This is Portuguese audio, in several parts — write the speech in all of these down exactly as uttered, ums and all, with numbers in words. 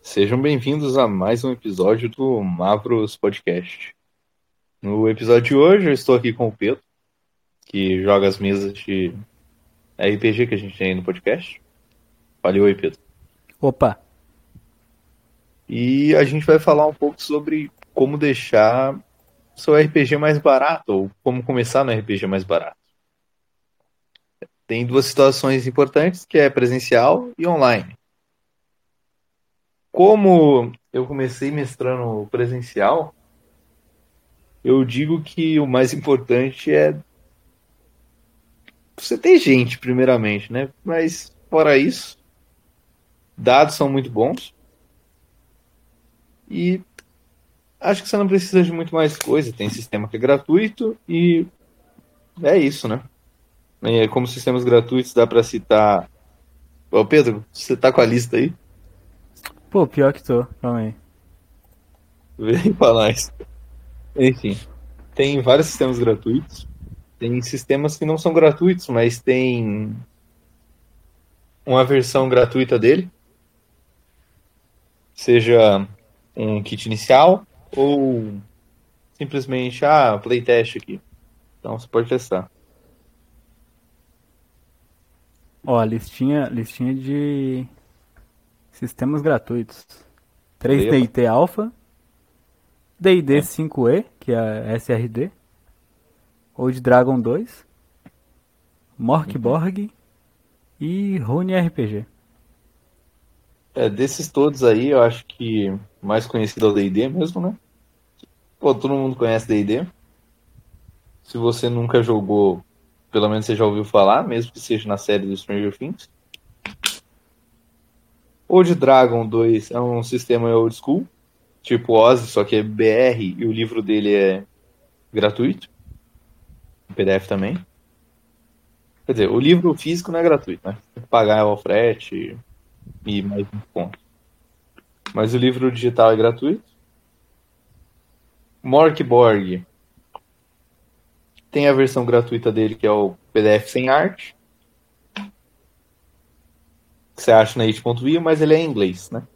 Sejam bem-vindos a mais um episódio do Mavros Podcast. No episódio de hoje eu estou aqui com o Pedro, que joga as mesas de R P G que a gente tem aí no podcast. Valeu aí, Pedro. Opa, E a gente vai falar um pouco sobre como deixar o seu R P G mais barato, ou como começar no R P G mais barato. Tem duas situações importantes, que é presencial e online. Como eu comecei mestrando presencial, eu digo que o mais importante é você ter gente, primeiramente, né? Mas, fora isso, dados são muito bons. E acho que você não precisa de muito mais coisa. Tem sistema que é gratuito e é isso, né? E como sistemas gratuitos dá pra citar. Ô, Pedro, você tá com a lista aí? pô, pior que tô, calma aí. Vem pra nós. Enfim, tem vários sistemas gratuitos. Tem sistemas que não são gratuitos, mas tem uma versão gratuita dele. Seja um kit inicial ou simplesmente, ah, playtest aqui. Então você pode testar. Ó, listinha, listinha de sistemas gratuitos. Leia pra... três D T Alpha, D e D É. cinco E, que é a S R D, Old Dragon dois, Uhum. Morkborg e Rune R P G. É, desses todos aí, eu acho que o mais conhecido é o D e D mesmo, né? Pô, todo mundo conhece D e D. Se você nunca jogou, pelo menos você já ouviu falar, mesmo que seja na série do Stranger Things. Old Dragon dois é um sistema old school, tipo Ozzy, só que é B R e o livro dele é gratuito. O P D F também. Quer dizer, o livro físico não é gratuito, né? Tem que pagar o frete e mais um ponto. Mas o livro digital é gratuito. Morkborg tem a versão gratuita dele, que é o P D F sem arte, que você acha na it.io, mas ele é em inglês, né?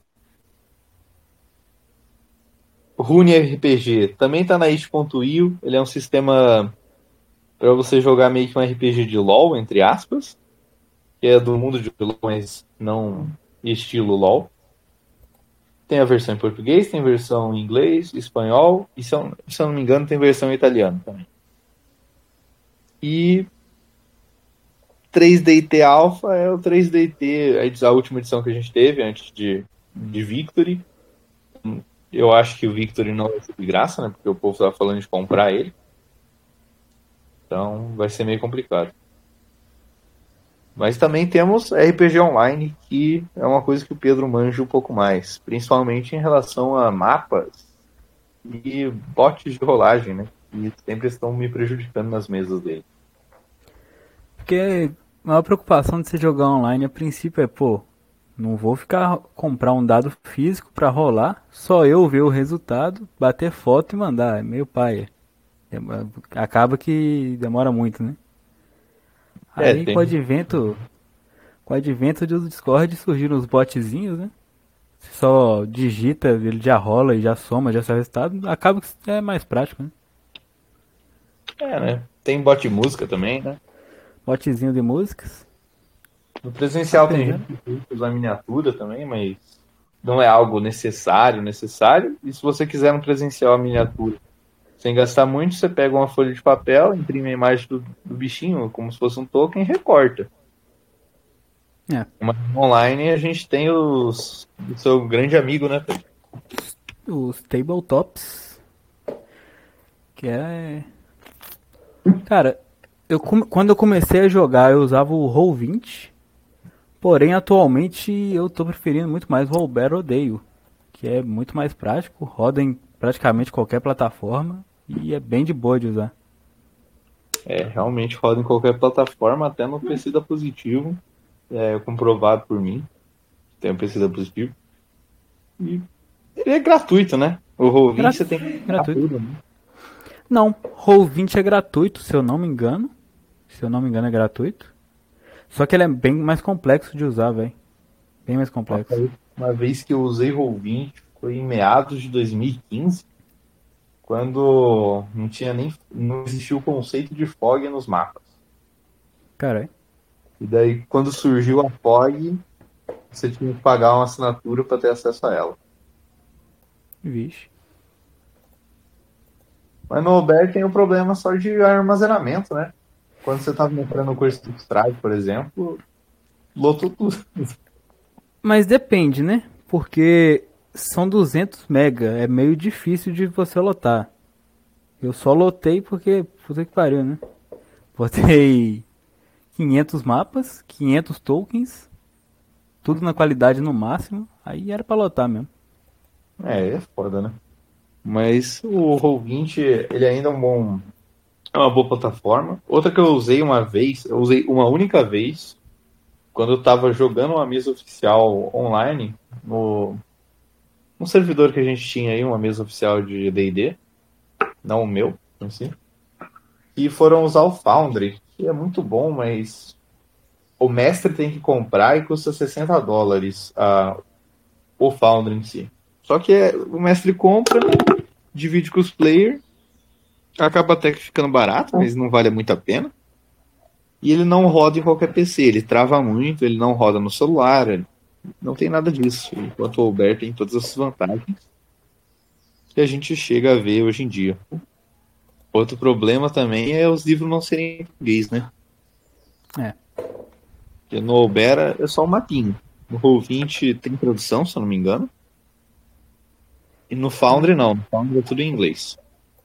Rune R P G também tá na it.io, ele é um sistema para você jogar meio que um R P G de LoL, entre aspas, que é do mundo de LoL, mas não estilo LoL. Tem a versão em português, tem versão em inglês, espanhol, e se eu, se eu não me engano tem versão em italiano também. E três D T Alpha é o três D T, a última edição que a gente teve antes de, de Victory. Eu acho que o Victory não vai ser de graça, né? Porque o povo tava falando de comprar ele. Então vai ser meio complicado. Mas também temos R P G Online, que é uma coisa que o Pedro manja um pouco mais. Principalmente em relação a mapas e bots de rolagem, né? Que sempre estão me prejudicando nas mesas dele. Porque a maior preocupação de você jogar online a princípio é, pô, não vou ficar comprar um dado físico pra rolar, só eu ver o resultado, bater foto e mandar. É meio paia. É, acaba que demora muito, né? É, Aí com o tem. advento, com o advento do Discord surgiram os botzinhos, né? Você só digita, ele já rola e já soma, já sai o resultado. Acaba que é mais prático, né? É, né? Tem bot de música também, né? Botzinho de músicas. No presencial tem Apesar. gente que curte usar miniatura também, mas não é algo necessário, necessário. E se você quiser no presencial a miniatura sem gastar muito, você pega uma folha de papel, imprime a imagem do, do bichinho, como se fosse um token, e recorta. É, Mas online a gente tem os, o seu grande amigo, né? os tabletops. Que é. Cara, eu, quando eu comecei a jogar, eu usava o roll vinte. Porém, atualmente eu tô preferindo muito mais o Roll Battle Odeio. Que é muito mais prático, roda em praticamente qualquer plataforma e é bem de boa de usar. É, realmente roda em qualquer plataforma, até no P C da Positivo. É comprovado por mim. Tem um P C da Positivo. E ele é gratuito, né? O roll vinte Gra você tem que pagar gratuito. tudo, né? Não, roll vinte é gratuito, se eu não me engano. Se eu não me engano é gratuito. Só que ele é bem mais complexo de usar, velho. Bem mais complexo. Uma vez que eu usei roll vinte foi em meados de dois mil e quinze, quando não tinha nem não existia o conceito de fog nos mapas. Caralho. E daí quando surgiu a fog, você tinha que pagar uma assinatura para ter acesso a ela. Vixe. Mas no Uber tem o problema só de armazenamento, né? Quando você estava mostrando o curso do Stripe, por exemplo, lotou tudo. Mas depende, né? Porque são duzentos mega, é meio difícil de você lotar. Eu só lotei porque, puta que pariu, né? Botei quinhentos mapas, quinhentos tokens, tudo na qualidade no máximo, aí era pra lotar mesmo. É, é foda, né? Mas o roll vinte, ele ainda é um bom, é uma boa plataforma. Outra que eu usei uma vez, eu usei uma única vez, quando eu estava jogando uma mesa oficial online, no, um servidor que a gente tinha aí, uma mesa oficial de D e D, não o meu, assim, e foram usar o Foundry, que é muito bom, mas o mestre tem que comprar e custa sessenta dólares a, o Foundry em si. Só que é, o mestre compra, divide com os players, acaba até que ficando barato, mas não vale muito a pena. E ele não roda em qualquer P C, ele trava muito, ele não roda no celular, não tem nada disso. Enquanto o Uber tem todas essas vantagens que a gente chega a ver hoje em dia. Outro problema também é os livros não serem em português, né? É. Porque no Uber é só um mapinho. No roll vinte tem tradução, se eu não me engano. E no Foundry não, no Foundry é tudo em inglês.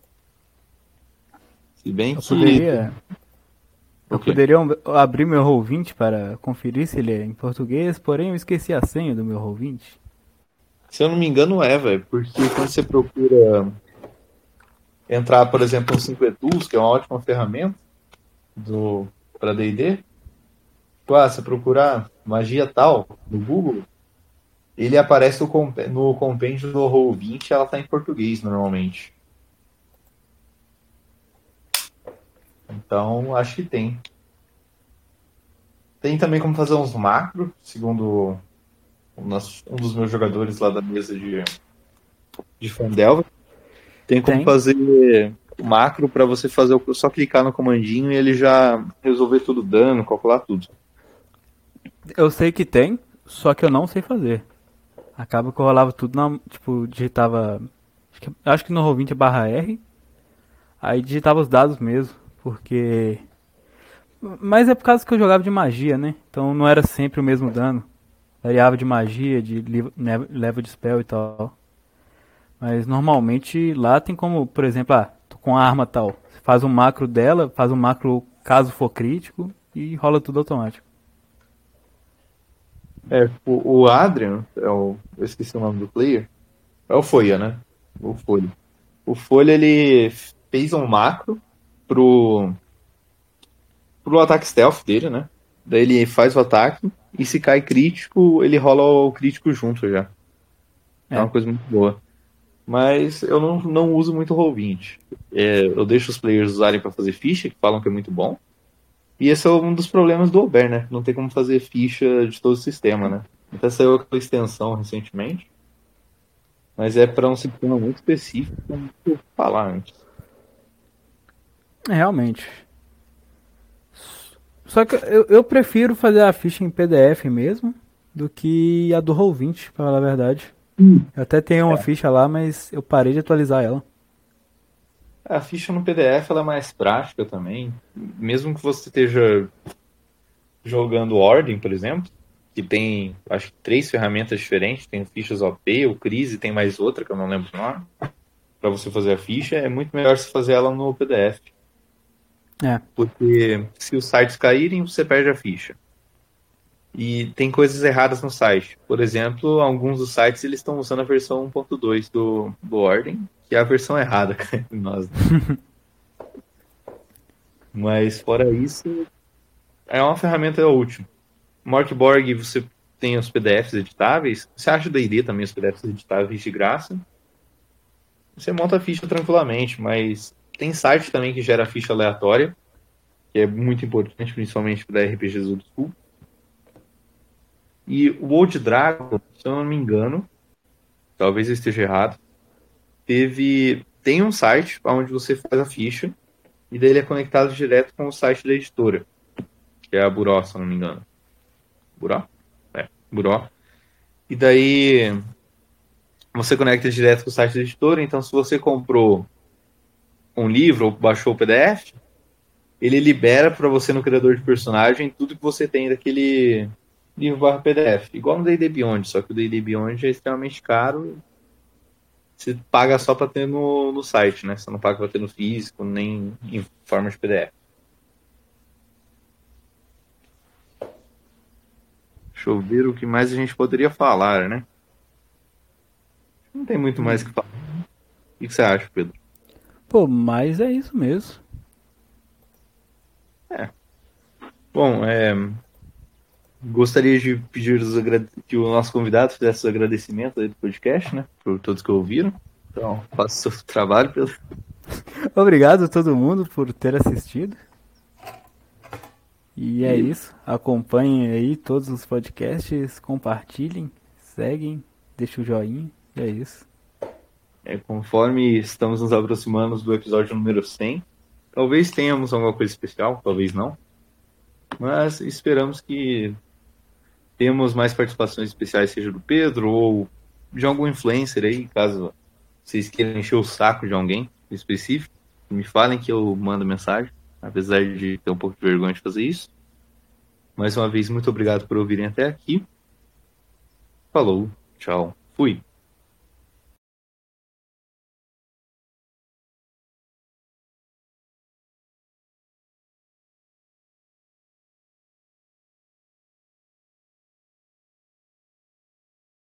Se bem Eu que. poderia, eu O quê? poderia um- abrir meu roll vinte para conferir se ele é em português, porém eu esqueci a senha do meu roll vinte. Se eu não me engano é, velho, porque quando você procura entrar, por exemplo, no cinco E Tools, que é uma ótima ferramenta do para D e D, tipo, ah, você procurar magia tal no Google, ele aparece no, comp no compêndio do roll vinte, ela tá em português normalmente. Então, acho que tem. Tem também como fazer uns macros, segundo o nosso- um dos meus jogadores lá da mesa de, de Fandelver. Tem como Tem. fazer o macro para você fazer o- só clicar no comandinho e ele já resolver tudo dano, calcular tudo. Eu sei que tem, só que eu não sei fazer. Acaba que eu rolava tudo na. Tipo, digitava. Acho que, acho que no roll vinte é barra R. Aí digitava os dados mesmo. Porque. Mas é por causa que eu jogava de magia, né? Então não era sempre o mesmo dano. Variava de magia, de li- ne- level de spell e tal. Mas normalmente lá tem como, por exemplo, ah, tô com a arma tal. Você faz um macro dela, faz um macro caso for crítico e rola tudo automático. É, o, o Adrian, é o, eu esqueci o nome do player, é o Folha, né? O Folha. O Folha, ele fez um macro pro, pro ataque stealth dele, né? Daí ele faz o ataque e se cai crítico, ele rola o crítico junto já. É É, uma coisa muito boa. Mas eu não, não uso muito o roll vinte. É, eu deixo os players usarem para fazer ficha, que falam que é muito bom. E esse é um dos problemas do Uber, né? Não tem como fazer ficha de todo o sistema, né? Até saiu aquela extensão recentemente. Mas é para um sistema muito específico, como eu falar antes. é, realmente. Só que eu, eu prefiro fazer a ficha em P D F mesmo do que a do roll vinte, pra falar a verdade. Eu até tenho uma ficha lá, mas eu parei de atualizar ela. A ficha no P D F ela é mais prática também. Mesmo que você esteja jogando Ordem, por exemplo, que tem, acho que três ferramentas diferentes. Tem fichas O P, o Crise, tem mais outra que eu não lembro o nome. Para você fazer a ficha, é muito melhor você fazer ela no P D F. É, Porque se os sites caírem, você perde a ficha. E tem coisas erradas no site. Por exemplo, alguns dos sites eles estão usando a versão um ponto dois do, do Ordem, que é a versão errada. Nós, né? Mas fora isso, é uma ferramenta útil. Morkborg, você tem os P D Fs editáveis. Você acha o D e D também os P D Fs editáveis de graça. Você monta a ficha tranquilamente, mas tem site também que gera ficha aleatória, que é muito importante, principalmente para R P Gs old school. E o Old Dragon, se eu não me engano, talvez eu esteja errado, teve tem um site onde você faz a ficha e daí ele é conectado direto com o site da editora, que é a Buró, se eu não me engano. Buró? É, Buró. E daí você conecta direto com o site da editora, então se você comprou um livro ou baixou o P D F, ele libera para você no criador de personagem tudo que você tem daquele livro barra P D F. Igual no D and D Beyond, só que o D and D Beyond é extremamente caro. Você paga só para ter no, no site, né? Você não paga para ter no físico, nem em forma de P D F. Deixa eu ver o que mais a gente poderia falar, né? Não tem muito mais o que falar. O que você acha, Pedro? Pô, mas é isso mesmo. É. Bom, é, gostaria de pedir os agrade... que o nosso convidado fizesse os agradecimentos aí do podcast, né? Por todos que ouviram. Então, faça o seu trabalho, Pedro. Obrigado a todo mundo por ter assistido. E é E isso. Acompanhem aí todos os podcasts, compartilhem, seguem, deixem o joinha. E é isso. é, conforme estamos nos aproximando do episódio número cem, talvez tenhamos alguma coisa especial, talvez não. Mas esperamos que tenhamos mais participações especiais, seja do Pedro ou de algum influencer aí, caso vocês queiram encher o saco de alguém específico. Me falem que eu mando mensagem, apesar de ter um pouco de vergonha de fazer isso. Mais uma vez, muito obrigado por ouvirem até aqui. Falou, tchau, fui.